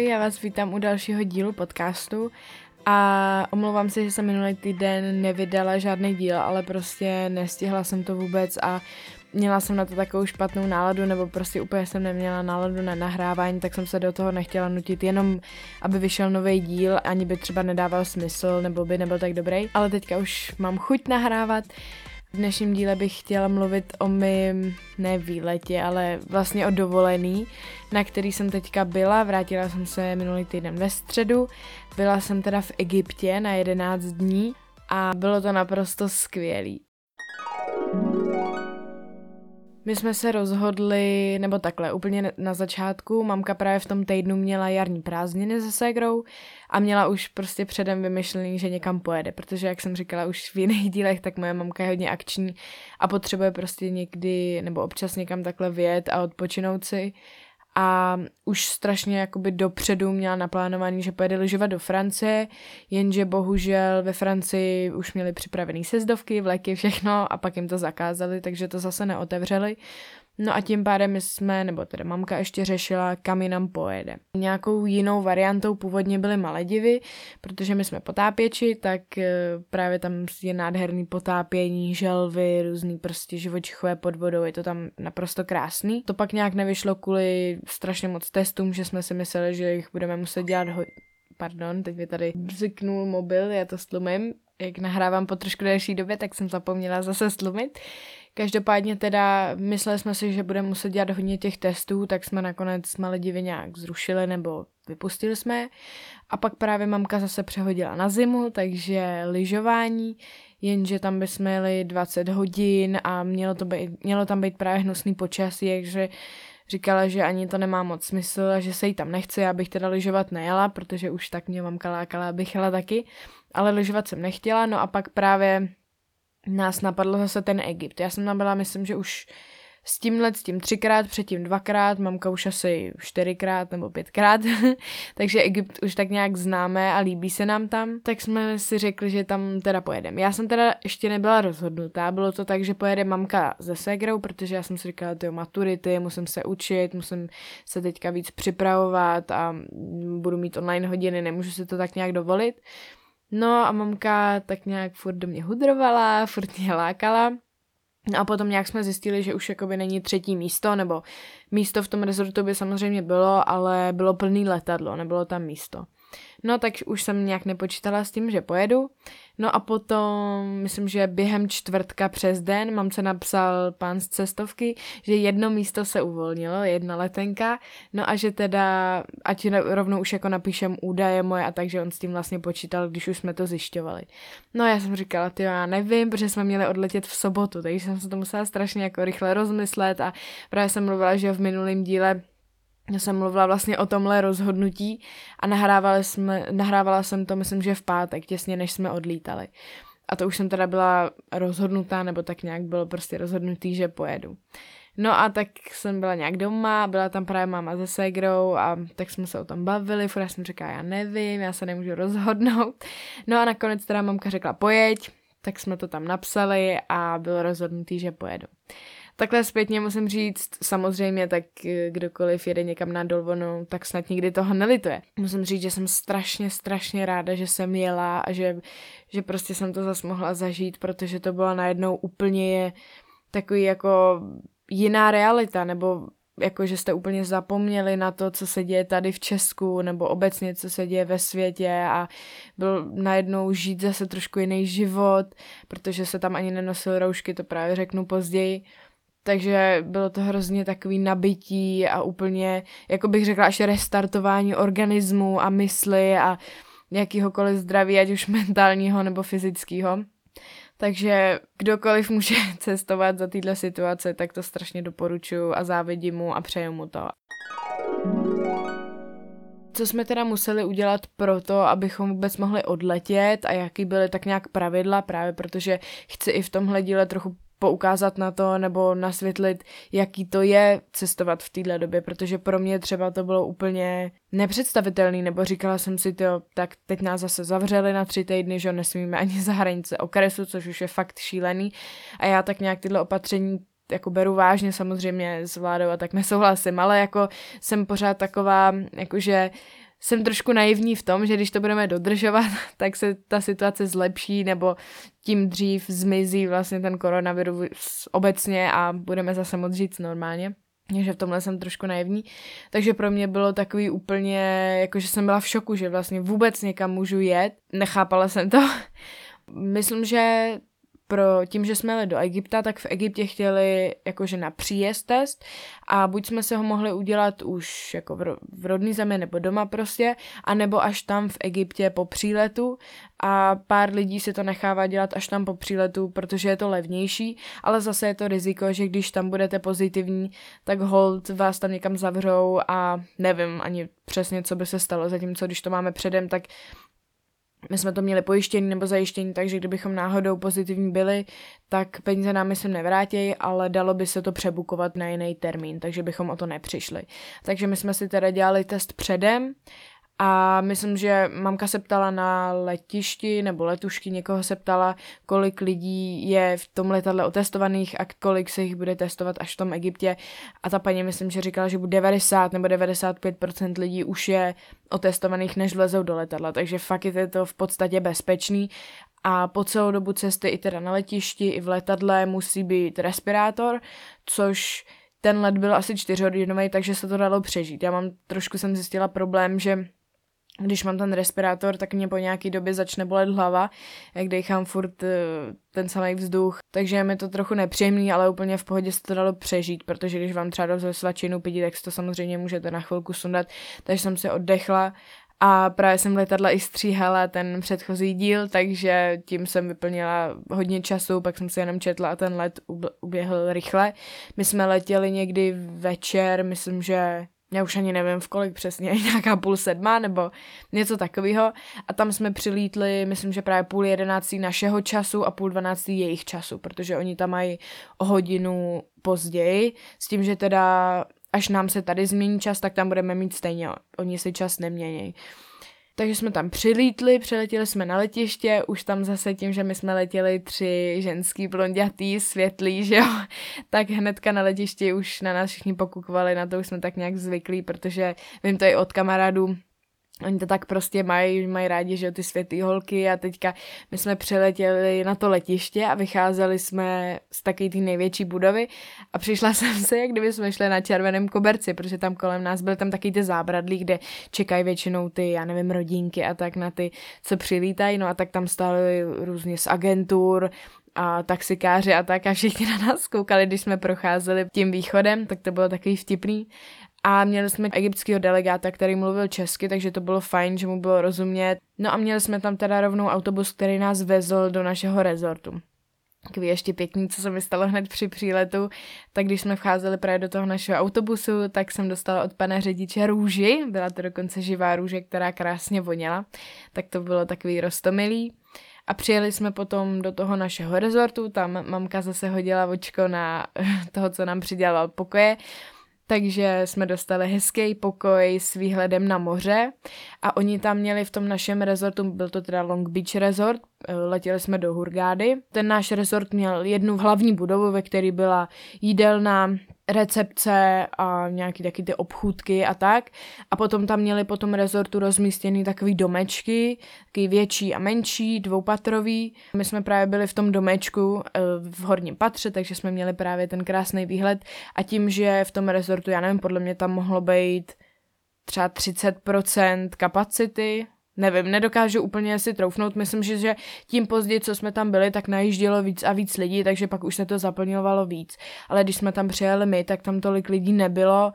já vás vítám u dalšího dílu podcastu a omlouvám se, že jsem minulý týden nevydala žádný díl, ale prostě nestihla jsem to vůbec a měla jsem na to takovou špatnou náladu, nebo prostě úplně jsem neměla náladu na nahrávání, tak jsem se do toho nechtěla nutit, jenom aby vyšel nový díl, ani by třeba nedával smysl, nebo by nebyl tak dobrý, ale teďka už mám chuť nahrávat. V dnešním díle bych chtěla mluvit o mým, ne výletě, ale vlastně o dovolený, na který jsem teďka byla. Vrátila jsem se minulý týden ve středu. Byla jsem teda v Egyptě na 11 dní a bylo to naprosto skvělý. My jsme se rozhodli, nebo takhle, úplně na začátku, mamka právě v tom týdnu měla jarní prázdniny se ségrou a měla už prostě předem vymyšlený, že někam pojede, protože jak jsem říkala už v jiných dílech, tak moje mamka je hodně akční a potřebuje prostě někdy nebo občas někam takhle vyjet a odpočinout si. A už strašně jakoby dopředu měla naplánovaný, že pojede lyžovat do Francie, jenže bohužel ve Francii už měli připravený sjezdovky, vleky, všechno a pak jim to zakázali, takže to zase neotevřeli. No a tím pádem my jsme, nebo teda mamka ještě řešila, kam jinam pojede. Nějakou jinou variantou původně byly Maledivy, protože my jsme potápěči, tak právě tam je nádherný potápění, želvy, různý prostě živočichové pod vodou, je to tam naprosto krásný. To pak nějak nevyšlo kvůli strašně moc testům, že jsme si mysleli, že jich budeme muset dělat Pardon, teď mi tady bzyknul mobil, já to stlumím. Jak nahrávám po trošku delší době, tak jsem zapomněla zase stlumit. Každopádně teda mysleli jsme si, že budeme muset dělat hodně těch testů, tak jsme nakonec Maledivy nějak zrušili nebo vypustili jsme. A pak právě mamka zase přehodila na zimu, takže lyžování, jenže tam bychom jeli 20 hodin a mělo tam být právě hnusný počasí, takže říkala, že ani to nemá moc smysl a že se jí tam nechce, abych teda lyžovat nejela, protože už tak mě mamka lákala, abych jela taky, ale lyžovat jsem nechtěla, no a pak právě nás napadlo zase ten Egypt. Já jsem tam byla, myslím, že už s tím 3krát, předtím 2krát, mamka už asi 4krát nebo 5krát, takže Egypt už tak nějak známe a líbí se nám tam, tak jsme si řekli, že tam teda pojedeme. Já jsem teda ještě nebyla rozhodnutá, bylo to tak, že pojede mamka se ségrou, protože já jsem si říkala, tyjo, maturity, musím se učit, musím se teďka víc připravovat a budu mít online hodiny, nemůžu si to tak nějak dovolit. No a mamka tak nějak furt do mě hudrovala, furt mě lákala. No a potom nějak jsme zjistili, že už jakoby není třetí místo, nebo místo v tom rezortu by samozřejmě bylo, ale bylo plný letadlo, nebylo tam místo. No tak už jsem nějak nepočítala s tím, že pojedu. No a potom, myslím, že během čtvrtka přes den mamce napsal pán z cestovky, že jedno místo se uvolnilo, jedna letenka, no a že teda, ať rovnou už jako napíšem údaje moje a takže on s tím vlastně počítal, když už jsme to zjišťovali. No a já jsem říkala, tyjo, já nevím, protože jsme měli odletět v sobotu, takže jsem se to musela strašně jako rychle rozmyslet a právě jsem mluvila, že v minulém díle já jsem mluvila vlastně o tomhle rozhodnutí a nahrávala jsem to, myslím, že v pátek, těsně než jsme odlítali. A to už jsem teda byla rozhodnutá, nebo tak nějak bylo prostě rozhodnutý, že pojedu. No a tak jsem byla nějak doma, byla tam právě máma se ségrou a tak jsme se o tom bavili, furt já jsem říkala, já nevím, já se nemůžu rozhodnout. No a nakonec teda mamka řekla pojeď, tak jsme to tam napsali a bylo rozhodnutý, že pojedu. Takhle zpětně musím říct, samozřejmě, tak kdokoliv jede někam na dovolenou, tak snad nikdy toho nelituje. Musím říct, že jsem strašně ráda, že jsem jela a že prostě jsem to zase mohla zažít, protože to bylo najednou úplně takový jako jiná realita, nebo jako, že jste úplně zapomněli na to, co se děje tady v Česku, nebo obecně, co se děje ve světě a byl najednou žít zase trošku jiný život, protože se tam ani nenosil roušky, to právě řeknu později. Takže bylo to hrozně takový nabití a úplně, jako bych řekla, až restartování organismu a mysli a jakýhokoliv zdraví, ať už mentálního nebo fyzického. Takže kdokoliv může cestovat za této situace, tak to strašně doporučuji a závidím mu a přeju mu to. Co jsme teda museli udělat pro to, abychom vůbec mohli odletět a jaký byly tak nějak pravidla, právě protože chci i v tomhle díle trochu poukázat na to nebo nasvětlit, jaký to je cestovat v téhle době, protože pro mě třeba to bylo úplně nepředstavitelný, nebo říkala jsem si, tak teď nás zase zavřeli na 3 týdny, že nesmíme ani za hranice okresu, což už je fakt šílený a já tak nějak tyhle opatření jako beru vážně, samozřejmě s vládou a tak nesouhlasím, ale jako jsem pořád taková, jakože jsem trošku naivní v tom, že když to budeme dodržovat, tak se ta situace zlepší nebo tím dřív zmizí vlastně ten koronavirus obecně a budeme zase moct žít normálně. Takže v tomhle jsem trošku naivní. Takže pro mě bylo takový úplně, jakože jsem byla v šoku, že vlastně vůbec někam můžu jet. Nechápala jsem to. Myslím, že tím, že jsme jeli do Egypta, tak v Egyptě chtěli jakože na příjezd test a buď jsme se ho mohli udělat už jako v rodný zemi nebo doma prostě, anebo až tam v Egyptě po příletu a pár lidí si to nechává dělat až tam po příletu, protože je to levnější, ale zase je to riziko, že když tam budete pozitivní, tak hold vás tam někam zavřou a nevím ani přesně, co by se stalo, zatímco když to máme předem, tak my jsme to měli pojištění nebo zajištění, takže kdybychom náhodou pozitivní byli, tak peníze nám myslím nevrátějí, ale dalo by se to přebukovat na jiný termín, takže bychom o to nepřišli. Takže my jsme si teda dělali test předem a myslím, že mamka se ptala na letišti nebo letušky, někoho se ptala, kolik lidí je v tom letadle otestovaných a kolik se jich bude testovat až v tom Egyptě. A ta paní myslím, že říkala, že bude 90 nebo 95% lidí už je otestovaných, než vlezou do letadla. Takže fakt je to v podstatě bezpečný. A po celou dobu cesty i teda na letišti, i v letadle musí být respirátor, což ten let byl asi 4hodinový, takže se to dalo přežít. Trošku jsem zjistila problém, že když mám ten respirátor, tak mě po nějaký době začne bolet hlava, jak dechám furt ten samý vzduch. Takže je mi to trochu nepříjemný, ale úplně v pohodě se to dalo přežít, protože když vám třeba dozve svačinu pití, tak si to samozřejmě můžete na chvilku sundat. Takže jsem se oddechla a právě jsem letadla i stříhala ten předchozí díl, takže tím jsem vyplnila hodně času, pak jsem si jenom četla a ten let uběhl rychle. My jsme letěli někdy večer, myslím, že já už ani nevím v kolik přesně, nějaká 6:30 nebo něco takového. A tam jsme přilítli, myslím, že právě 10:30 našeho času a 11:30 jejich času, protože oni tam mají o hodinu později, s tím, že teda až nám se tady změní čas, tak tam budeme mít stejně, oni si čas nemění. Takže jsme tam přiletěli jsme na letiště, už tam zase tím, že my jsme letěli 3 ženský blondětý, světlý, že jo, tak hnedka na letišti už na nás všichni pokukovali, na to už jsme tak nějak zvyklí, protože vím to i od kamarádů, oni to tak prostě mají rádi, že jo, ty světlý holky a teďka my jsme přiletěli na to letiště a vycházeli jsme z takové té největší budovy a přišla jsem se, jak kdyby jsme šli na červeném koberci, protože tam kolem nás byly tam taky ty zábradlí, kde čekají většinou ty, já nevím, rodinky a tak na ty, co přilítají, no a tak tam stály různě z agentur a taxikáři a tak a všichni na nás koukali, když jsme procházeli tím východem, tak to bylo takový vtipný. A měli jsme egyptského delegáta, který mluvil česky, takže to bylo fajn, že mu bylo rozumět. No a měli jsme tam teda rovnou autobus, který nás vezl do našeho rezortu. Takový ještě pěkný, co se mi stalo hned při příletu, tak když jsme vcházeli právě do toho našeho autobusu, tak jsem dostala od pana řidiče růži, byla to dokonce živá růže, která krásně voněla, tak to bylo takový roztomilý. A přijeli jsme potom do toho našeho rezortu, tam mamka zase hodila očko na toho, co nám přidělal pokoje, takže jsme dostali hezký pokoj s výhledem na moře a oni tam měli v tom našem rezortu, byl to teda Long Beach Resort, letěli jsme do Hurgády. Ten náš rezort měl jednu hlavní budovu, ve které byla jídelna, recepce a nějaký taky ty obchůdky a tak. A potom tam měli po tom rezortu rozmístěný takový domečky, takový větší a menší, dvoupatrový. My jsme právě byli v tom domečku v horním patře, takže jsme měli právě ten krásný výhled a tím, že v tom rezortu, já nevím, podle mě tam mohlo být třeba 30% kapacity, nevím, nedokážu úplně si troufnout, myslím, že tím později, co jsme tam byli, tak najíždělo víc a víc lidí, takže pak už se to zaplňovalo víc. Ale když jsme tam přijeli my, tak tam tolik lidí nebylo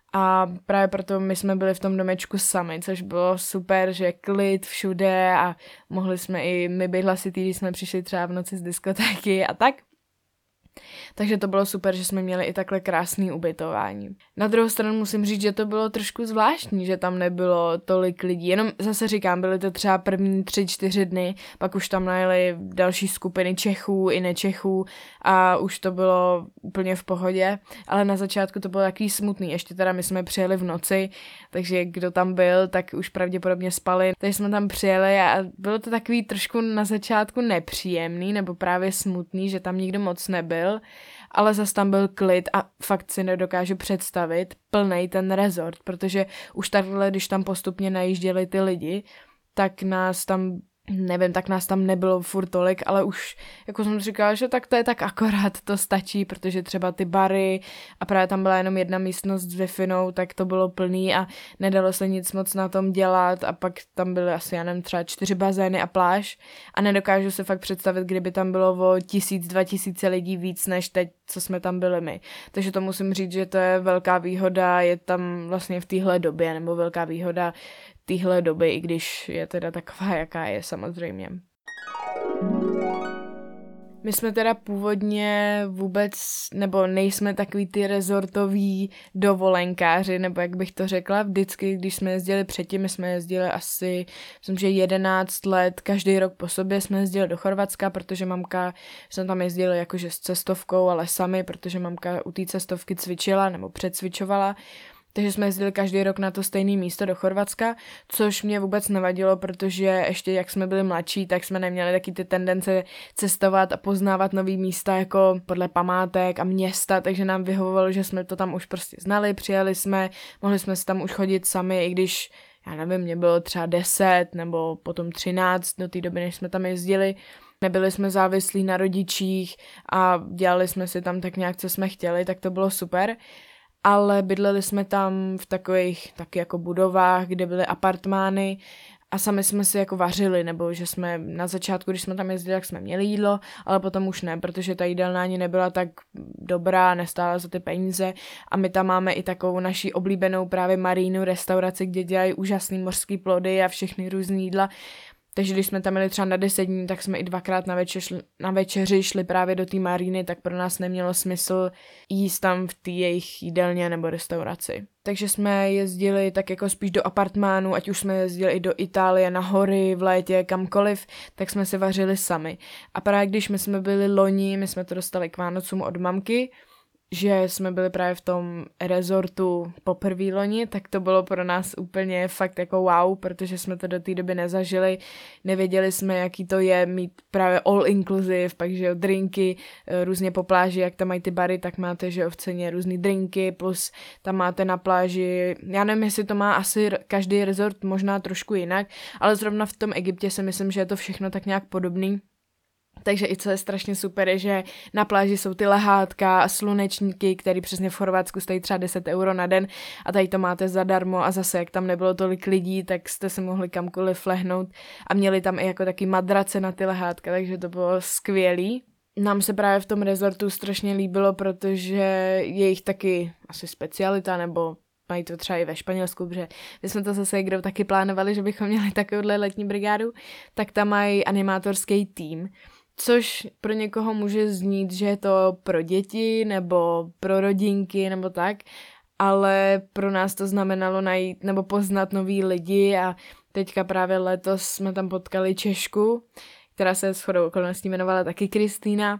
a právě proto my jsme byli v tom domečku sami, což bylo super, že klid všude a mohli jsme i my být hlasitý, když jsme přišli třeba v noci z diskotéky a tak. Takže to bylo super, že jsme měli i takhle krásný ubytování. Na druhou stranu musím říct, že to bylo trošku zvláštní, že tam nebylo tolik lidí. Jenom zase říkám, byly to třeba první 3-4 dny, pak už tam najeli další skupiny Čechů i nečechů a už to bylo úplně v pohodě, ale na začátku to bylo takový smutný. Ještě teda my jsme přijeli v noci, takže kdo tam byl, tak už pravděpodobně spali. Takže jsme tam přijeli a bylo to takový trošku na začátku nepříjemný nebo právě smutný, že tam nikdo moc nebyl. byl, ale zas tam byl klid a fakt si nedokážu představit plnej ten rezort, protože už takhle, když tam postupně najížděli ty lidi, tak nás tam nebylo furt tolik, ale už, jako jsem říkala, že tak to je tak akorát, to stačí, protože třeba ty bary a právě tam byla jenom jedna místnost s Wi-Fi, tak to bylo plný a nedalo se nic moc na tom dělat a pak tam byly asi, já nevím, třeba 4 bazény a pláž a nedokážu se fakt představit, kdyby tam bylo o 1000-2000 lidí víc než teď, co jsme tam byli my. Takže to musím říct, že to je velká výhoda, je tam vlastně v téhle době, nebo velká výhoda téhle doby, i když je teda taková, jaká je samozřejmě. My jsme teda původně vůbec, nebo nejsme takový ty rezortoví dovolenkáři, nebo jak bych to řekla, vždycky, když jsme jezdili předtím, my jsme jezdili asi, myslím, že 11 let, každý rok po sobě jsme jezdili do Chorvatska, protože mamka, jsme tam jezdili jakože s cestovkou, ale sami, protože mamka u té cestovky cvičila, nebo předcvičovala. Takže jsme jezdili každý rok na to stejné místo do Chorvatska, což mě vůbec nevadilo, protože ještě jak jsme byli mladší, tak jsme neměli taky ty tendence cestovat a poznávat nový místa jako podle památek a města, takže nám vyhovovalo, že jsme to tam už prostě znali, přijeli jsme, mohli jsme si tam už chodit sami, i když, já nevím, mě bylo třeba 10 nebo potom 13 do té doby, než jsme tam jezdili. Nebyli jsme závislí na rodičích a dělali jsme si tam tak nějak, co jsme chtěli, tak to bylo super. Ale bydleli jsme tam v takových taky jako budovách, kde byly apartmány a sami jsme si jako vařili, nebo že jsme na začátku, když jsme tam jezdili, tak jsme měli jídlo, ale potom už ne, protože ta jídelná ani nebyla tak dobrá, nestála za ty peníze a my tam máme i takovou naši oblíbenou právě Marínu restauraci, kde dělají úžasný mořský plody a všechny různý jídla. Takže když jsme tam měli třeba na 10 dní, tak jsme i 2krát na večeři šli právě do té Maríny, tak pro nás nemělo smysl jíst tam v té jejich jídelně nebo restauraci. Takže jsme jezdili tak jako spíš do apartmánu, ať už jsme jezdili i do Itálie, na hory, v létě, kamkoliv, tak jsme si vařili sami. A právě když my jsme byli loni, my jsme to dostali k Vánocům od mamky, že jsme byli právě v tom rezortu poprvé loni, tak to bylo pro nás úplně fakt jako wow, protože jsme to do té doby nezažili, nevěděli jsme, jaký to je mít právě all inclusive, pak že jo, drinky, různě po pláži, jak tam mají ty bary, tak máte, že jo, v ceně různý drinky, plus tam máte na pláži, já nevím, jestli to má asi každý rezort možná trošku jinak, ale zrovna v tom Egyptě si myslím, že je to všechno tak nějak podobný. Takže i co je strašně super, je, že na pláži jsou ty lehátka a slunečníky, které přesně v Chorvatsku stojí třeba 10 euro na den a tady to máte zadarmo a zase jak tam nebylo tolik lidí, tak jste se mohli kamkoliv lehnout a měli tam i jako taky madrace na ty lehátka, takže to bylo skvělý. Nám se právě v tom rezortu strašně líbilo, protože je jich taky asi specialita, nebo mají to třeba i ve Španělsku, protože my jsme to zase Segrou taky plánovali, že bychom měli takovouhle letní brigádu, tak tam mají animátorský tým, což pro někoho může znít, že je to pro děti nebo pro rodinky nebo tak, ale pro nás to znamenalo najít nebo poznat nový lidi a teďka právě letos jsme tam potkali Češku, která se shodou okolností jmenovala taky Kristýna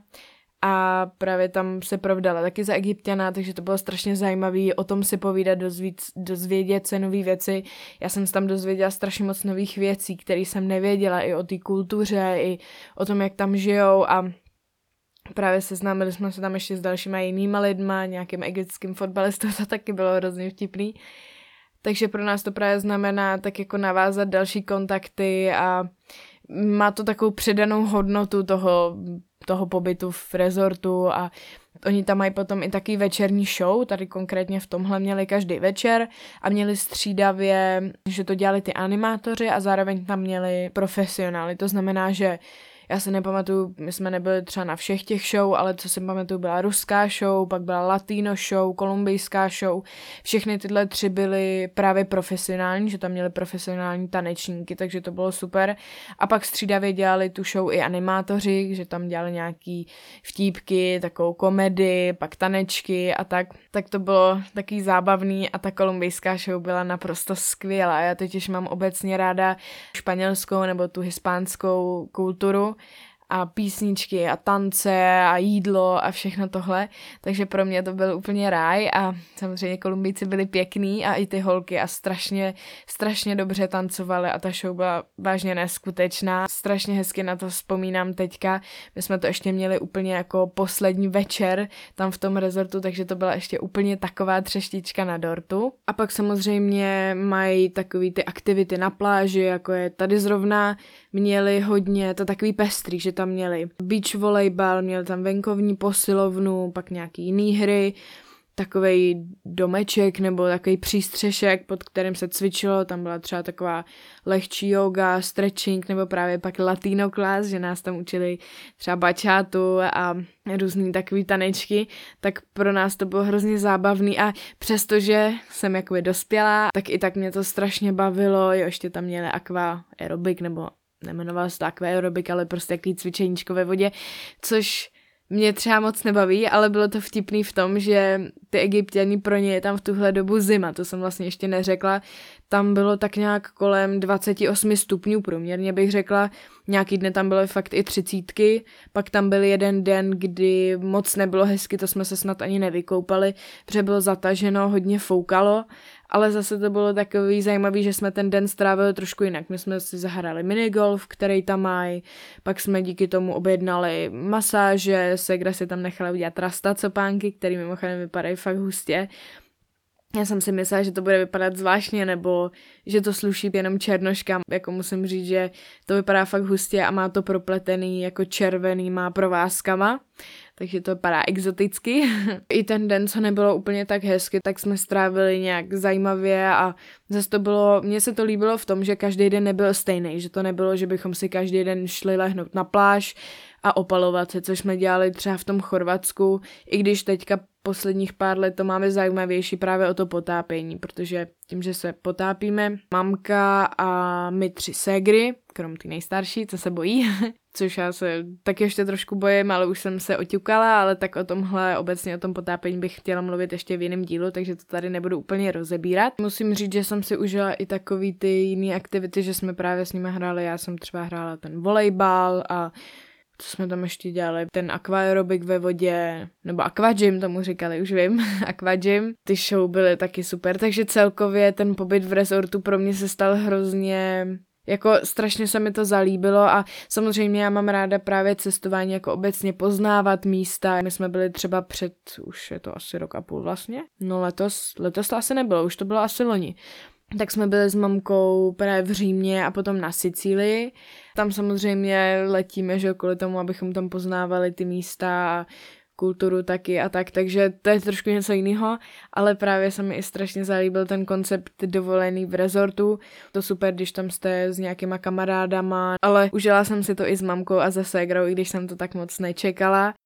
a právě tam se provdala taky za Egypťana, takže to bylo strašně zajímavé o tom si povídat, dozvědět se nový věci. Já jsem se tam dozvěděla strašně moc nových věcí, které jsem nevěděla, i o té kultuře, i o tom, jak tam žijou a právě seznámili jsme se tam ještě s dalšíma jinýma lidma, nějakým egyptským fotbalistou, to taky bylo hrozně vtipný. Takže pro nás to právě znamená tak jako navázat další kontakty a má to takovou přidanou hodnotu toho pobytu v rezortu a oni tam mají potom i taky večerní show, tady konkrétně v tomhle měli každý večer a měli střídavě, že to dělali ty animátoři a zároveň tam měli profesionály, to znamená, že já si nepamatuju, my jsme nebyli třeba na všech těch show, ale co si pamatuju, byla ruská show, pak byla latino show, kolumbijská show. Všechny tyhle 3 byly právě profesionální, že tam měli profesionální tanečníky, takže to bylo super. A pak střídavě dělali tu show i animátoři, že tam dělali nějaký vtípky, takovou komedii, pak tanečky a tak. Tak to bylo taky zábavný a ta kolumbijská show byla naprosto skvělá. Já totiž mám obecně ráda španělskou nebo tu hispánskou kulturu a písničky a tance a jídlo a všechno tohle, takže pro mě to byl úplně ráj a samozřejmě Kolumbijci byli pěkný a i ty holky a strašně dobře tancovali a ta show byla vážně neskutečná. Strašně hezky na to vzpomínám teďka, my jsme to ještě měli úplně jako poslední večer tam v tom rezortu, takže to byla ještě úplně taková třeštička na dortu. A pak samozřejmě mají takový ty aktivity na pláži, jako je tady zrovna, měli hodně, to takový pestrý, že tam měli beach volejbal, měli tam venkovní posilovnu, pak nějaký jiný hry, takovej domeček nebo takový přístřešek, pod kterým se cvičilo, tam byla třeba taková lehčí yoga, stretching nebo právě pak latino class, že nás tam učili třeba bachátu a různý takový tanečky, tak pro nás to bylo hrozně zábavný a přestože jsem jakoby dospělá, tak i tak mě to strašně bavilo, jo, ještě tam měli aqua aerobik, nebo nejmenovala se to aqua aerobik, ale prostě takový cvičeníčko ve vodě, což mě třeba moc nebaví, ale bylo to vtipný v tom, že ty Egypťani, pro ně je tam v tuhle dobu zima, to jsem vlastně ještě neřekla, tam bylo tak nějak kolem 28 stupňů průměrně bych řekla, nějaký dny tam byly fakt i 30, pak tam byl jeden den, kdy moc nebylo hezky, to jsme se snad ani nevykoupali, protože bylo zataženo, hodně foukalo, ale zase to bylo takový zajímavý, že jsme ten den strávili trošku jinak. My jsme si zahrali minigolf, který tam mají, pak jsme díky tomu objednali masáže, Segra si tam nechala udělat rastacopánky, který mimochodem vypadají fakt hustě. Já jsem si myslela, že to bude vypadat zvláštně, nebo že to sluší jenom černoškám. Jako musím říct, že to vypadá fakt hustě a má to propletený jako červenýma provázkama, takže to vypadá exoticky. I ten den, co nebylo úplně tak hezky, tak jsme strávili nějak zajímavě a zase to bylo, mně se to líbilo v tom, že každý den nebyl stejný, že to nebylo, že bychom si každý den šli lehnout na pláž a opalovat se, což jsme dělali třeba v tom Chorvatsku, i když teďka posledních pár let to máme zajímavější právě o to potápění, protože tím, že se potápíme, mamka a my 3 ségry, krom ty nejstarší, co se bojí, což já se taky ještě trošku bojím, ale už jsem se oťukala, ale tak o tomhle, obecně o tom potápění bych chtěla mluvit ještě v jiném dílu, takže to tady nebudu úplně rozebírat. Musím říct, že jsem si užila i takový ty jiný aktivity, že jsme právě s nimi hráli, já jsem třeba hrála ten volejbal a co jsme tam ještě dělali, ten aquaerobik ve vodě, nebo aquagym tomu říkali, už vím, aquagym, ty show byly taky super, takže celkově ten pobyt v resortu pro mě se stal hrozně, jako strašně se mi to zalíbilo a samozřejmě já mám ráda právě cestování, jako obecně poznávat místa. My jsme byli třeba už je to asi rok a půl vlastně, no letos to asi nebylo, už to bylo asi loni. Tak jsme byli s mamkou právě v Římě a potom na Sicílii. Tam samozřejmě letíme, že kvůli tomu, abychom tam poznávali ty místa a kulturu taky a tak, takže to je trošku něco jiného, ale právě se mi i strašně zalíbil ten koncept dovolený v rezortu. To super, když tam jste s nějakýma kamarádama, ale užila jsem si to i s mamkou a se ségrou, i když jsem to tak moc nečekala.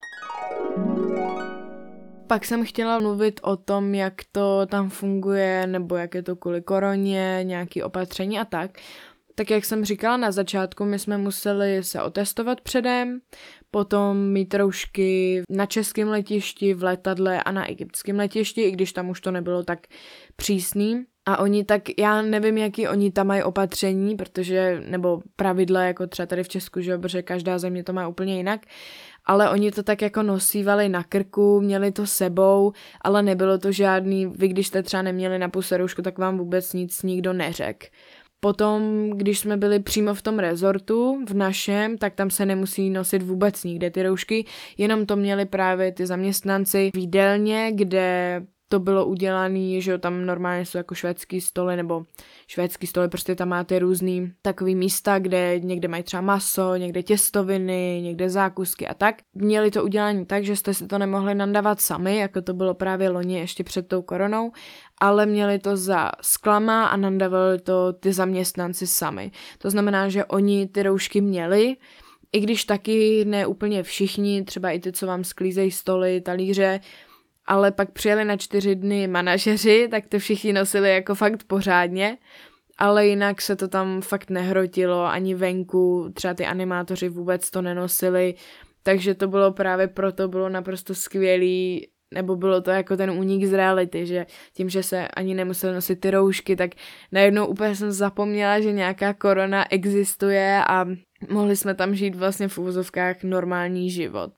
Pak jsem chtěla mluvit o tom, jak to tam funguje, nebo jak je to kvůli koroně, nějaké opatření a tak. Tak jak jsem říkala na začátku, my jsme museli se otestovat předem, potom mít roušky na českém letišti, v letadle a na egyptském letišti, i když tam už to nebylo tak přísný. A oni tak, já nevím, jaký oni tam mají opatření, protože, nebo pravidla, jako třeba tady v Česku, že jo, protože každá země to má úplně jinak, ale oni to tak jako nosívali na krku, měli to sebou, ale nebylo to žádný, vy když jste třeba neměli na puse roušku, tak vám vůbec nic nikdo neřekl. Potom, když jsme byli přímo v tom rezortu, v našem, tak tam se nemusí nosit vůbec nikde ty roušky, jenom to měli právě ty zaměstnanci v jídelně, kde to bylo udělané, že tam normálně jsou jako švédský stoly, nebo švédský stoly, prostě tam máte různý takový místa, kde někde mají třeba maso, někde těstoviny, někde zákusky a tak. Měli to udělané tak, že jste si to nemohli nandavat sami, jako to bylo právě loni ještě před tou koronou, ale měli to za sklama a nandavali to ty zaměstnanci sami. To znamená, že oni ty roušky měli, i když taky ne úplně všichni, třeba i ty, co vám sklízejí stoly, talíře, ale pak přijeli na 4 dny manažeři, tak to všichni nosili jako fakt pořádně, ale jinak se to tam fakt nehrotilo, ani venku, třeba ty animátoři vůbec to nenosili, takže to bylo právě proto bylo naprosto skvělý nebo bylo to jako ten únik z reality, že tím, že se ani nemusel nosit ty roušky, tak najednou úplně jsem zapomněla, že nějaká korona existuje a mohli jsme tam žít vlastně v uvozovkách normální život.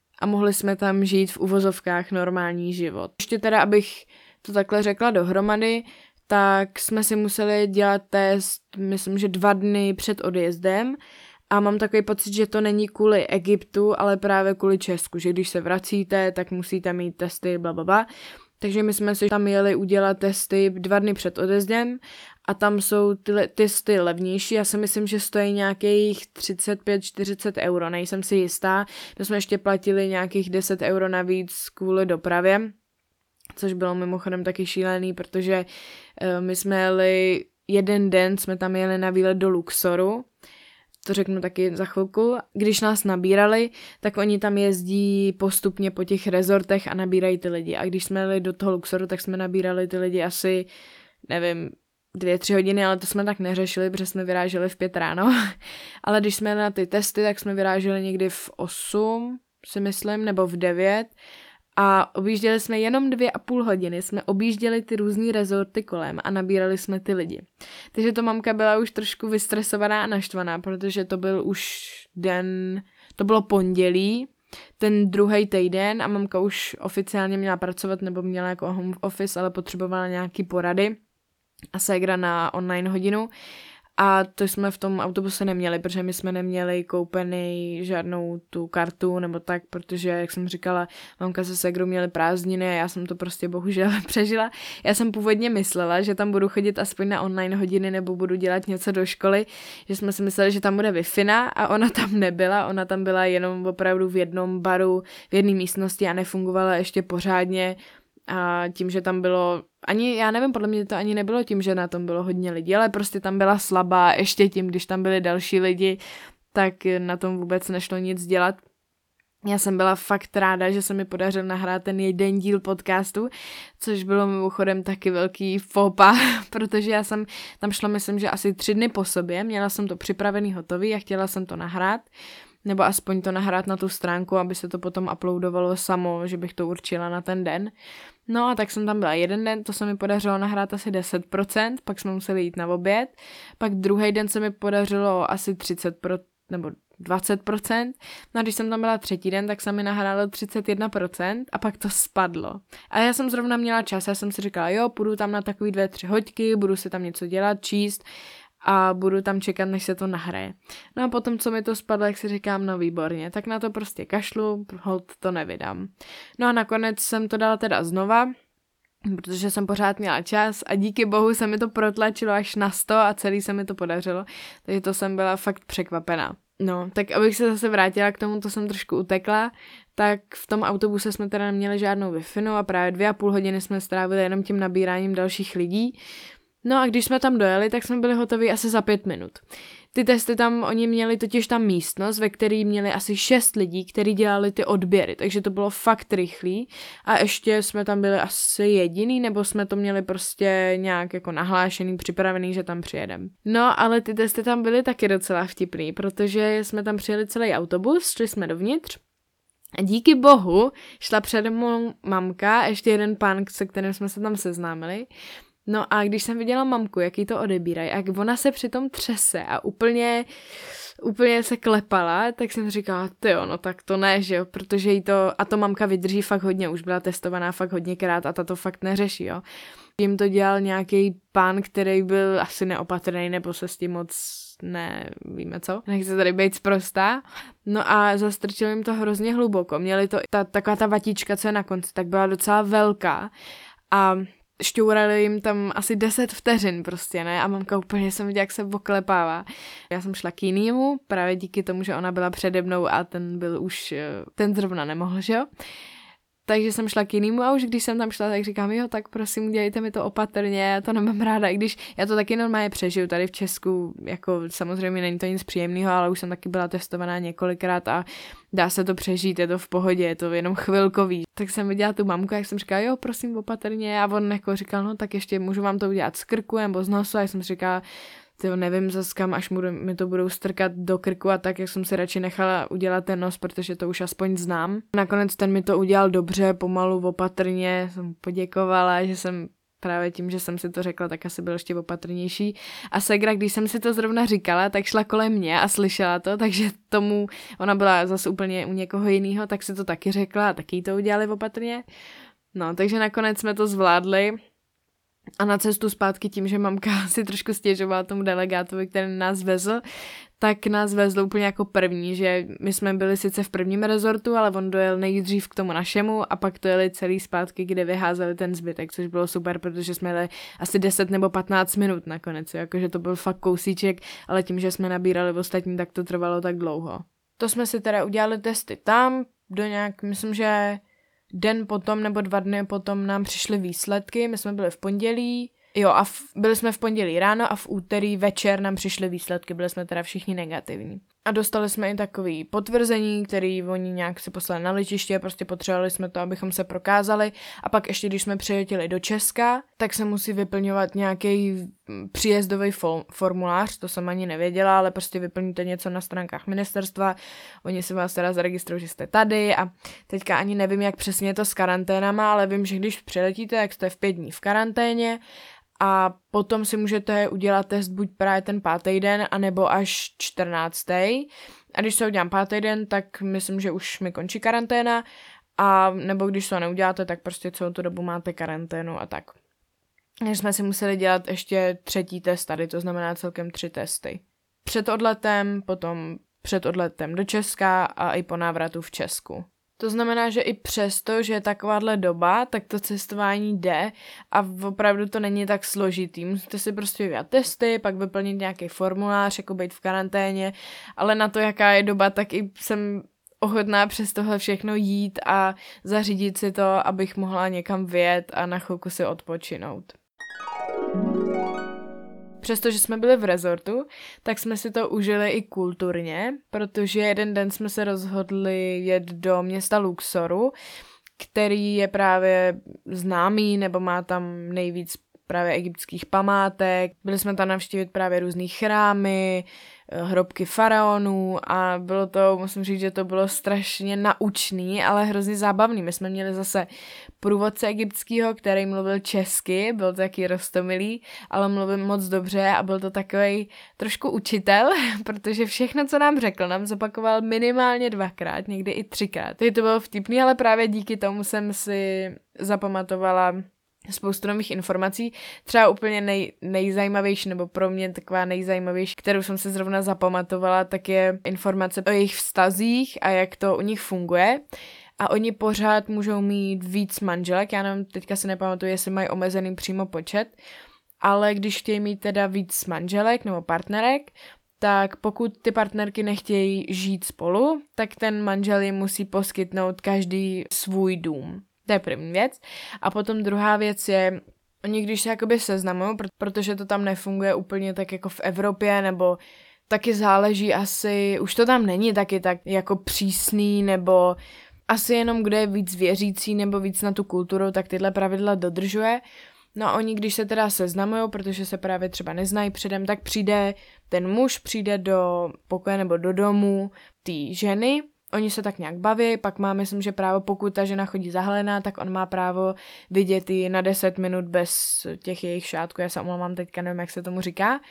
Ještě teda, abych to takhle řekla dohromady, tak jsme si museli dělat test, myslím, že 2 dny před odjezdem a mám takový pocit, že to není kvůli Egyptu, ale právě kvůli Česku, že když se vracíte, tak musíte mít testy, blablabla. Takže my jsme si tam jeli udělat testy 2 dny před odjezdem a tam jsou ty testy levnější. Já si myslím, že stojí nějakých 35-40 euro, nejsem si jistá. My jsme ještě platili nějakých 10 euro navíc kvůli dopravě, což bylo mimochodem taky šílený, protože my jsme jeli jeden den, jsme tam jeli na výlet do Luxoru, to řeknu taky za chvilku. Když nás nabírali, tak oni tam jezdí postupně po těch rezortech a nabírají ty lidi. A když jsme jeli do toho Luxoru, tak jsme nabírali ty lidi asi, nevím, 2-3 hodiny, ale to jsme tak neřešili, protože jsme vyráželi v 5 ráno. Ale když jsme jeli na ty testy, tak jsme vyráželi někdy v 8, si myslím, nebo v 9. A objížděli jsme jenom 2,5 hodiny, jsme objížděli ty různý rezorty kolem a nabírali jsme ty lidi. Takže to mamka byla už trošku vystresovaná a naštvaná, protože to byl už to bylo pondělí, ten druhý týden a mamka už oficiálně měla pracovat nebo měla jako home office, ale potřebovala nějaký porady a ségra na online hodinu. A to jsme v tom autobuse neměli, protože my jsme neměli koupený žádnou tu kartu nebo tak, protože, jak jsem říkala, mamka se ségrou měli prázdniny a já jsem to prostě bohužel přežila. Já jsem původně myslela, že tam budu chodit aspoň na online hodiny nebo budu dělat něco do školy, že jsme si mysleli, že tam bude Wi-Fi a ona tam nebyla, ona tam byla jenom opravdu v jednom baru, v jedné místnosti a nefungovala ještě pořádně. A tím, že tam bylo, já nevím, podle mě to ani nebylo tím, že na tom bylo hodně lidí, ale prostě tam byla slabá, ještě tím, když tam byli další lidi, tak na tom vůbec nešlo nic dělat. Já jsem byla fakt ráda, že se mi podařil nahrát ten jeden díl podcastu, což bylo mimochodem taky velký fópa, protože já jsem tam šla, myslím, že asi 3 dny po sobě, měla jsem to připravený, hotový a chtěla jsem to nahrát, nebo aspoň to nahrát na tu stránku, aby se to potom uploadovalo samo, že bych to určila na ten den. No a tak jsem tam byla jeden den, to se mi podařilo nahrát asi 10%, pak jsme museli jít na oběd, pak druhý den se mi podařilo asi 30% nebo 20%, no a když jsem tam byla 3. den, tak se mi nahrálo 31% a pak to spadlo. A já jsem zrovna měla čas, já jsem si říkala, jo, půjdu tam na takový 2-3 hoďky, budu si tam něco dělat, číst a budu tam čekat, než se to nahraje. No a potom, co mi to spadlo, jak si říkám, no výborně, tak na to prostě kašlu, hold to nevydám. No a nakonec jsem to dala teda znova, protože jsem pořád měla čas a díky bohu se mi to protlačilo až na 100 a celý se mi to podařilo, takže to jsem byla fakt překvapená. No, tak abych se zase vrátila k tomu, to jsem trošku utekla, tak v tom autobuse jsme teda neměli žádnou Wi-Fi a právě 2,5 hodiny jsme strávili jenom tím nabíráním dalších lidí. No a když jsme tam dojeli, tak jsme byli hotovi asi za 5 minut. Ty testy tam, oni měli totiž tam místnost, ve které měli asi 6 lidí, kteří dělali ty odběry, takže to bylo fakt rychlý a ještě jsme tam byli asi jediný, nebo jsme to měli prostě nějak jako nahlášený, připravený, že tam přijedem. No, ale ty testy tam byly taky docela vtipný, protože jsme tam přijeli celý autobus, šli jsme dovnitř a díky bohu šla přede mnou mamka, ještě jeden pán, se kterým jsme se tam seznámili. No a když jsem viděla mamku, jak jí to odebírají, jak ona se přitom třese a úplně se klepala, tak jsem říkala, tyjo, no tak to ne, že jo, protože jí to, a to mamka vydrží fakt hodně, už byla testovaná fakt hodněkrát a ta to fakt neřeší, jo. Jím to dělal nějaký pán, který byl asi neopatrný, nebo se s tím moc nevíme co. Nechci tady být sprostá. No a zastrčil jim to hrozně hluboko. Měli to, taková ta vatička, co je na konci, tak byla docela velká a šťourali jim tam asi 10 vteřin prostě, ne? A mamka úplně jsem viděla, jak se oklepává. Já jsem šla k jinému, právě díky tomu, že ona byla přede mnou a ten zrovna nemohl, že jo? Takže jsem šla k jinému a už když jsem tam šla, tak říkám, jo, tak prosím, udělejte mi to opatrně, já to nemám ráda, i když já to taky normálně přežiju tady v Česku, jako samozřejmě není to nic příjemného, ale už jsem taky byla testovaná několikrát a dá se to přežít, je to v pohodě, je to jenom chvilkový. Tak jsem viděla tu mamku, jak jsem říkala, jo, prosím, opatrně a on jako říkal, no tak ještě můžu vám to udělat z krku nebo z nosu a já jsem říkala, Tyjo, nevím zas kam, až mi to budou strkat do krku a tak, jak jsem si radši nechala udělat ten nos, protože to už aspoň znám. Nakonec ten mi to udělal dobře, pomalu, opatrně, jsem poděkovala, že jsem právě tím, že jsem si to řekla, tak asi byl ještě opatrnější. A segra, když jsem si to zrovna říkala, tak šla kolem mě a slyšela to, takže ona byla zase úplně u někoho jiného, tak si to taky řekla a taky to udělali opatrně. No, takže nakonec jsme to zvládli. A na cestu zpátky tím, že mamka si trošku stěžovala tomu delegátovi, který nás vezl, tak nás vezl úplně jako první, že my jsme byli sice v prvním rezortu, ale on dojel nejdřív k tomu našemu a pak to jeli celý zpátky, kde vyházeli ten zbytek, což bylo super, protože jsme jeli asi 10 nebo 15 minut nakonec, jakože to byl fakt kousíček, ale tím, že jsme nabírali ostatní, tak to trvalo tak dlouho. To jsme si teda udělali testy tam, myslím, že den potom nebo 2 dny potom nám přišly výsledky, my jsme byli v pondělí, byli jsme v pondělí ráno a v úterý večer nám přišly výsledky, byli jsme teda všichni negativní. A dostali jsme i takový potvrzení, který oni nějak si poslali na letiště, prostě potřebovali jsme to, abychom se prokázali a pak ještě, když jsme přiletěli do Česka, tak se musí vyplňovat nějaký příjezdový formulář, to jsem ani nevěděla, ale prostě vyplníte něco na stránkách ministerstva, oni si vás teda zaregistrují, že jste tady a teďka ani nevím, jak přesně je to s karanténama, ale vím, že když přiletíte, tak jste v 5 dní v karanténě a potom si můžete udělat test buď právě ten 5. den, anebo až 14. A když se udělám 5. den, tak myslím, že už mi končí karanténa, a nebo když to neuděláte, tak prostě celou tu dobu máte karanténu a tak. Takže jsme si museli dělat ještě 3. test tady, to znamená celkem 3 testy. Před odletem, potom před odletem do Česka a i po návratu v Česku. To znamená, že i přesto, že je takováhle doba, tak to cestování jde a opravdu to není tak složitý. Musíte si prostě udělat testy, pak vyplnit nějaký formulář, jako být v karanténě, ale na to, jaká je doba, tak i jsem ochotná přes tohle všechno jít a zařídit si to, abych mohla někam vyjet a na chvilku si odpočinout. Přestože jsme byli v rezortu, tak jsme si to užili i kulturně, protože jeden den jsme se rozhodli jet do města Luxoru, který je právě známý nebo má tam nejvíc právě egyptských památek. Byli jsme tam navštívit právě různý chrámy, hrobky faraonů a bylo to, musím říct, že to bylo strašně naučný, ale hrozně zábavný. My jsme měli zase průvodce egyptského, který mluvil česky, byl to taky roztomilý, ale mluvil moc dobře a byl to takovej trošku učitel, protože všechno, co nám řekl, nám zopakoval minimálně 2krát, někdy i 3krát. Takže to bylo vtipný, ale právě díky tomu jsem si zapamatovala spoustu nových informací. Třeba úplně nejzajímavější, nebo pro mě taková nejzajímavější, kterou jsem se zrovna zapamatovala, tak je informace o jejich vztazích a jak to u nich funguje. A oni pořád můžou mít víc manželek, já nevím, teďka si nepamatuju, jestli mají omezený přímo počet, ale když chtějí mít teda víc manželek nebo partnerek, tak pokud ty partnerky nechtějí žít spolu, tak ten manžel jim musí poskytnout každý svůj dům. To je první věc. A potom druhá věc je, oni když se jakoby seznamují, protože to tam nefunguje úplně tak jako v Evropě, nebo taky záleží asi, už to tam není taky tak jako přísný, nebo asi jenom kdo je víc věřící nebo víc na tu kulturu, tak tyhle pravidla dodržuje. No a oni, když se teda seznamují, protože se právě třeba neznají předem, tak ten muž přijde do pokoje nebo do domu té ženy, oni se tak nějak baví, pak má, myslím, že právo, pokud ta žena chodí zahalená, tak on má právo vidět ji na 10 minut bez těch jejich šátků, já se omlouvám, teďka nevím, jak se tomu říká.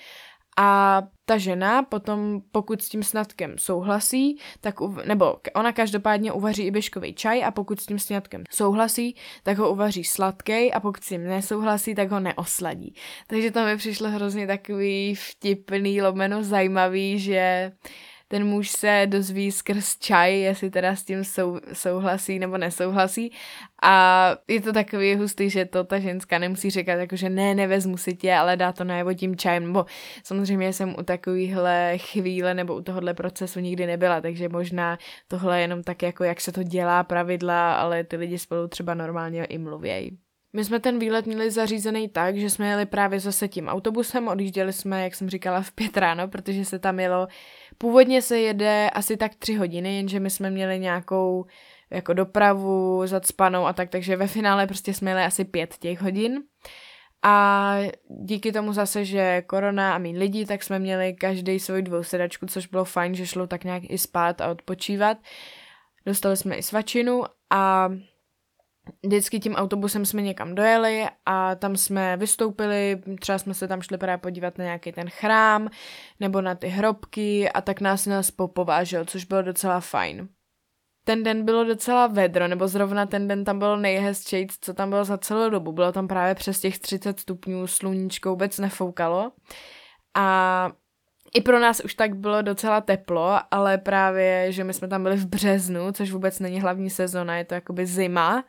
A ta žena potom, pokud s tím sňatkem souhlasí, nebo ona každopádně uvaří i běžkový čaj a pokud s tím sňatkem souhlasí, tak ho uvaří sladký a pokud s tím nesouhlasí, tak ho neosladí. Takže to mi přišlo hrozně takový vtipný, lomeno zajímavý, že ten muž se dozví skrz čaj, jestli teda s tím souhlasí nebo nesouhlasí. A je to takový hustý, že to ta ženská nemusí říkat, jakože nevezmu si tě, ale dá to najevo tím čajem. Nebo samozřejmě jsem u takovýhle chvíle nebo u tohohle procesu nikdy nebyla, takže možná tohle je jenom tak, jako jak se to dělá, pravidla, ale ty lidi spolu třeba normálně i mluvějí. My jsme ten výlet měli zařízený tak, že jsme jeli právě zase tím autobusem, odjížděli jsme, jak jsem říkala, v 5 ráno, protože se tam jelo. Původně se jede asi tak 3 hodiny, jenže my jsme měli nějakou jako dopravu zacpanou a tak, takže ve finále prostě jsme jeli asi 5 těch hodin. A díky tomu zase, že korona a méně lidí, tak jsme měli každý svoji dvousedačku, což bylo fajn, že šlo tak nějak i spát a odpočívat. Dostali jsme i svačinu a vždycky tím autobusem jsme někam dojeli a tam jsme vystoupili, třeba jsme se tam šli právě podívat na nějaký ten chrám nebo na ty hrobky a tak nás popovážel, což bylo docela fajn. Ten den bylo docela vedro, nebo zrovna ten den tam bylo nejhezčí, co tam bylo za celou dobu. Bylo tam právě přes těch 30 stupňů, sluníčko vůbec nefoukalo a i pro nás už tak bylo docela teplo, ale právě, že my jsme tam byli v březnu, což vůbec není hlavní sezona, je to jakoby zima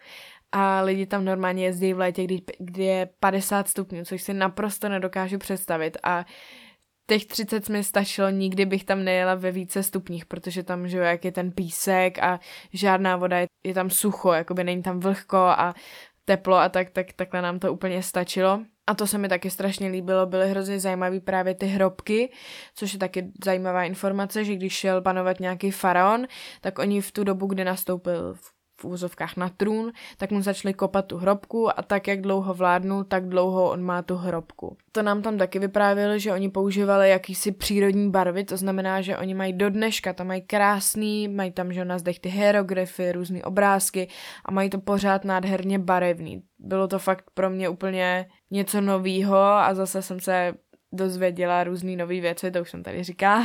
a lidi tam normálně jezdí v létě, kdy je 50 stupňů, což si naprosto nedokážu představit a těch 30 mi stačilo, nikdy bych tam nejela ve více stupních, protože tam, že jak je ten písek a žádná voda, je tam sucho, jakoby není tam vlhko a teplo a takhle nám to úplně stačilo. A to se mi taky strašně líbilo, byly hrozně zajímavý právě ty hrobky, což je taky zajímavá informace, že když šel panovat nějaký faraon, tak oni v tu dobu, kdy nastoupil v úzovkách na trůn, tak mu začali kopat tu hrobku a tak, jak dlouho vládnul, tak dlouho on má tu hrobku. To nám tam taky vyprávěli, že oni používali jakýsi přírodní barvy, to znamená, že oni mají do dneška, tam mají krásný, mají tam, že na zdech ty hieroglyfy, různý obrázky a mají to pořád nádherně barevný. Bylo to fakt pro mě úplně něco novýho a zase jsem se dozvěděla různý nový věci, to už jsem tady říkala.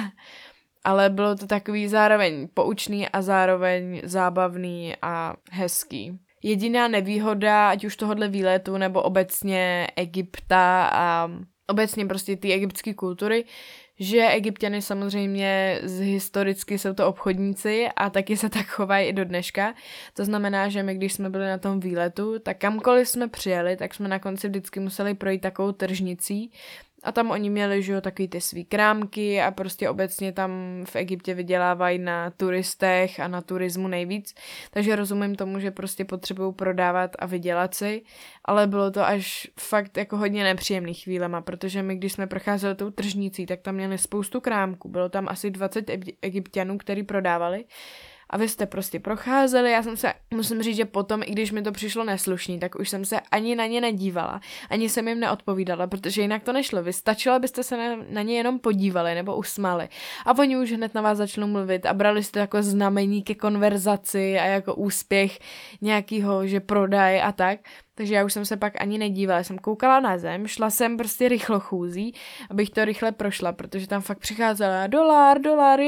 Ale bylo to takový zároveň poučný a zároveň zábavný a hezký. Jediná nevýhoda, ať už tohohle výletu, nebo obecně Egypta a obecně prostě ty egyptské kultury, že Egypťany samozřejmě historicky jsou to obchodníci a taky se tak chovají i do dneška. To znamená, že my, když jsme byli na tom výletu, tak kamkoliv jsme přijeli, tak jsme na konci vždycky museli projít takovou tržnicí a tam oni měli, že jo, takový ty svý krámky a prostě obecně tam v Egyptě vydělávají na turistech a na turismu nejvíc, takže rozumím tomu, že prostě potřebují prodávat a vydělat si, ale bylo to až fakt jako hodně nepříjemný chvílema, protože my, když jsme procházeli tou tržnicí, tak tam měli spoustu krámků, bylo tam asi 20 Egypťanů, který prodávali. A vy jste prostě procházeli, musím říct, že potom, i když mi to přišlo neslušný, tak už jsem se ani na ně nedívala, ani jsem jim neodpovídala, protože jinak to nešlo. Vy stačilo, abyste se na ně jenom podívali nebo usmáli. A oni už hned na vás začnou mluvit a brali jste jako znamení ke konverzaci a jako úspěch nějakýho, že prodaj a tak. Takže já už jsem se pak ani nedívala, jsem koukala na zem, šla jsem prostě rychlochůzí, abych to rychle prošla, protože tam fakt přicházela $,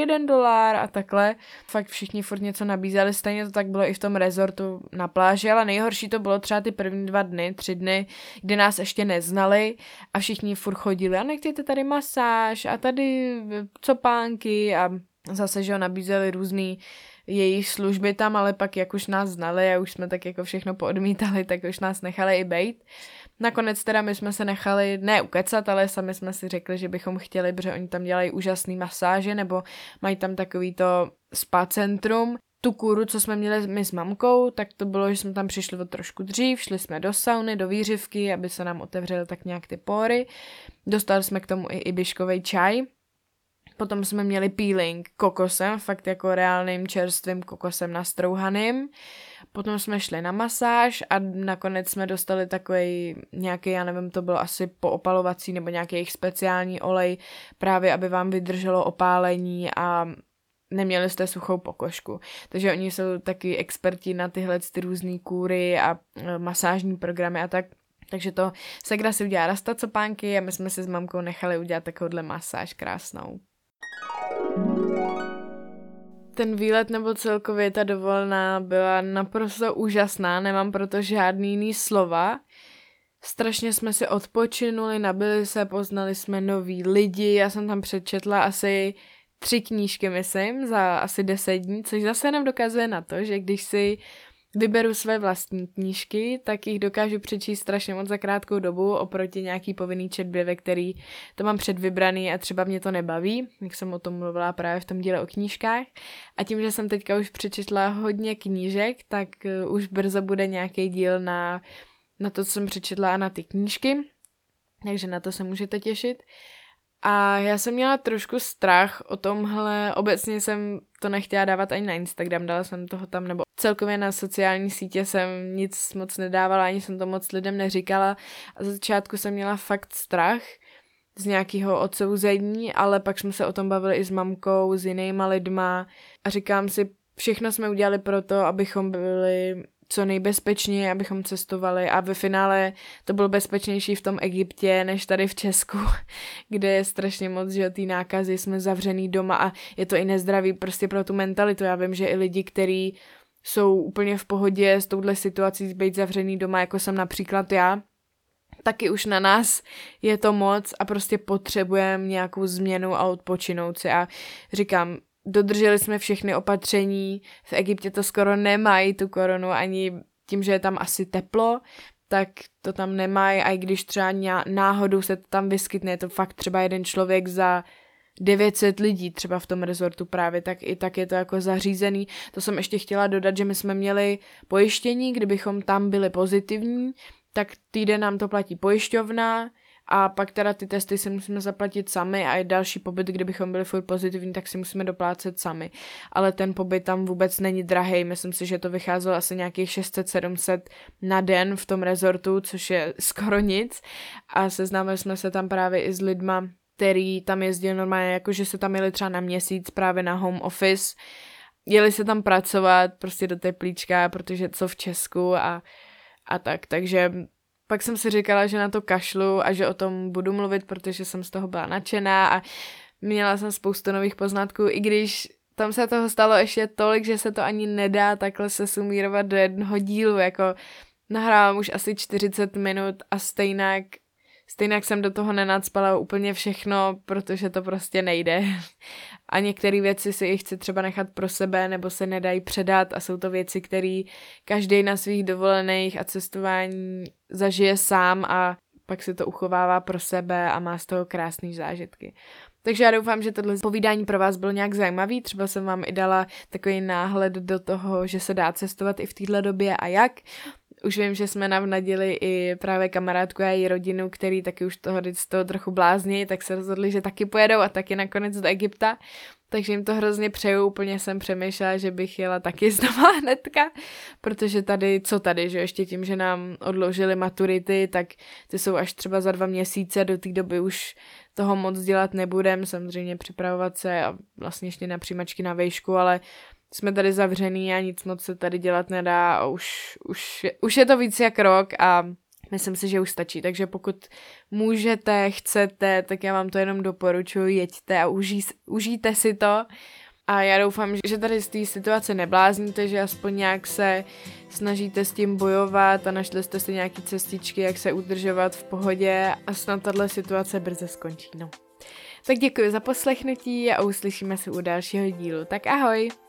$1 a takhle. Fakt všichni furt něco nabízeli, stejně to tak bylo i v tom rezortu na pláži, ale nejhorší to bylo třeba ty první 2 dny, 3 dny, kdy nás ještě neznali a všichni furt chodili a nechtějte tady masáž a tady copánky a zase, že ho nabízeli různý jejich služby tam, ale pak jak už nás znali a už jsme tak jako všechno poodmítali, tak už nás nechali i bejt. Nakonec teda my jsme se nechali ne ukecat, ale sami jsme si řekli, že bychom chtěli, protože oni tam dělají úžasný masáže nebo mají tam takový to spa centrum. Tu kůru, co jsme měli my s mamkou, tak to bylo, že jsme tam přišli o trošku dřív, šli jsme do sauny, do výřivky, aby se nám otevřely tak nějak ty pory. Dostali jsme k tomu i ibiškovej čaj. Potom jsme měli peeling kokosem, fakt jako reálným čerstvým kokosem nastrouhaným. Potom jsme šli na masáž a nakonec jsme dostali takový nějaký, já nevím, to bylo asi poopalovací nebo nějaký jejich speciální olej, právě aby vám vydrželo opálení a neměli jste suchou pokožku. Takže oni jsou taky experti na tyhle ty různý kůry a masážní programy a tak. Takže to Segra si udělá rastacopánky a my jsme si s mamkou nechali udělat takovouhle masáž krásnou. Ten výlet nebo celkově ta dovolená byla naprosto úžasná, nemám proto žádný jiný slova. Strašně jsme si odpočinuli, nabili se, poznali jsme nový lidi, já jsem tam přečetla asi 3 knížky, myslím, za asi 10 dní, což zase nám dokazuje na to, že když si vyberu své vlastní knížky, tak jich dokážu přečíst strašně moc za krátkou dobu oproti nějaký povinný četbě, ve který to mám předvybraný a třeba mě to nebaví, jak jsem o tom mluvila právě v tom díle o knížkách. A tím, že jsem teďka už přečetla hodně knížek, tak už brzo bude nějaký díl na to, co jsem přečetla a na ty knížky, takže na to se můžete těšit. A já jsem měla trošku strach o tomhle, obecně jsem to nechtěla dávat ani na Instagram, dala jsem toho tam, nebo celkově na sociální sítě jsem nic moc nedávala, ani jsem to moc lidem neříkala a za začátku jsem měla fakt strach z nějakého odsouzení, ale pak jsme se o tom bavili i s mamkou, s jinýma lidma a říkám si, všechno jsme udělali pro to, abychom byli co nejbezpečněji, abychom cestovali a ve finále to bylo bezpečnější v tom Egyptě, než tady v Česku, kde je strašně moc, že ty nákazy, jsme zavřený doma a je to i nezdravý prostě pro tu mentalitu. Já vím, že i lidi, kteří jsou úplně v pohodě s touhle situací být zavřený doma, jako jsem například já, taky už na nás je to moc a prostě potřebujeme nějakou změnu a odpočinout si a říkám, dodrželi jsme všechny opatření, v Egyptě to skoro nemají tu koronu, ani tím, že je tam asi teplo, tak to tam nemají a i když třeba náhodou se to tam vyskytne, je to fakt třeba jeden člověk za 900 lidí třeba v tom rezortu právě, tak i tak je to jako zařízený. To jsem ještě chtěla dodat, že my jsme měli pojištění, kdybychom tam byli pozitivní, tak týden nám to platí pojišťovna a pak teda ty testy si musíme zaplatit sami a i další pobyt, kdybychom byli furt pozitivní, tak si musíme doplácet sami. Ale ten pobyt tam vůbec není drahej, myslím si, že to vycházelo asi nějakých 600-700 na den v tom rezortu, což je skoro nic a seznámili jsme se tam právě i s lidma, který tam jezdili normálně, jakože se tam jeli třeba na měsíc právě na home office, jeli se tam pracovat prostě do teplíčka, protože co v Česku a tak, takže pak jsem si říkala, že na to kašlu a že o tom budu mluvit, protože jsem z toho byla nadšená a měla jsem spoustu nových poznatků, i když tam se toho stalo ještě tolik, že se to ani nedá takhle se sumírovat do jednoho dílu, jako nahrávám už asi 40 minut a stejnak jsem do toho nenacpala úplně všechno, protože to prostě nejde. A některé věci si i chci třeba nechat pro sebe, nebo se nedají předat a jsou to věci, které každý na svých dovolených a cestování zažije sám a pak si to uchovává pro sebe a má z toho krásný zážitky. Takže já doufám, že tohle povídání pro vás bylo nějak zajímavý, třeba jsem vám i dala takový náhled do toho, že se dá cestovat i v této době a jak. Už vím, že jsme navnadili i právě kamarádku a její rodinu, který taky už z toho trochu blázní, tak se rozhodli, že taky pojedou a taky nakonec do Egypta. Takže jim to hrozně přeju, úplně jsem přemýšlela, že bych jela taky znova hnedka, protože tady, že ještě tím, že nám odložili maturity, tak ty jsou až třeba za 2 měsíce, do té doby už toho moc dělat nebudem, samozřejmě připravovat se a vlastně ještě na přijímačky na vejšku, ale jsme tady zavřený a nic moc se tady dělat nedá a už je to víc jak rok a myslím si, že už stačí, takže pokud můžete, chcete, tak já vám to jenom doporučuji, jeďte a užijte si to a já doufám, že tady z té situace neblázníte, že aspoň nějak se snažíte s tím bojovat a našli jste si nějaký cestičky, jak se udržovat v pohodě a snad tato situace brzy skončí, no. Tak děkuji za poslechnutí a uslyšíme se u dalšího dílu, tak ahoj!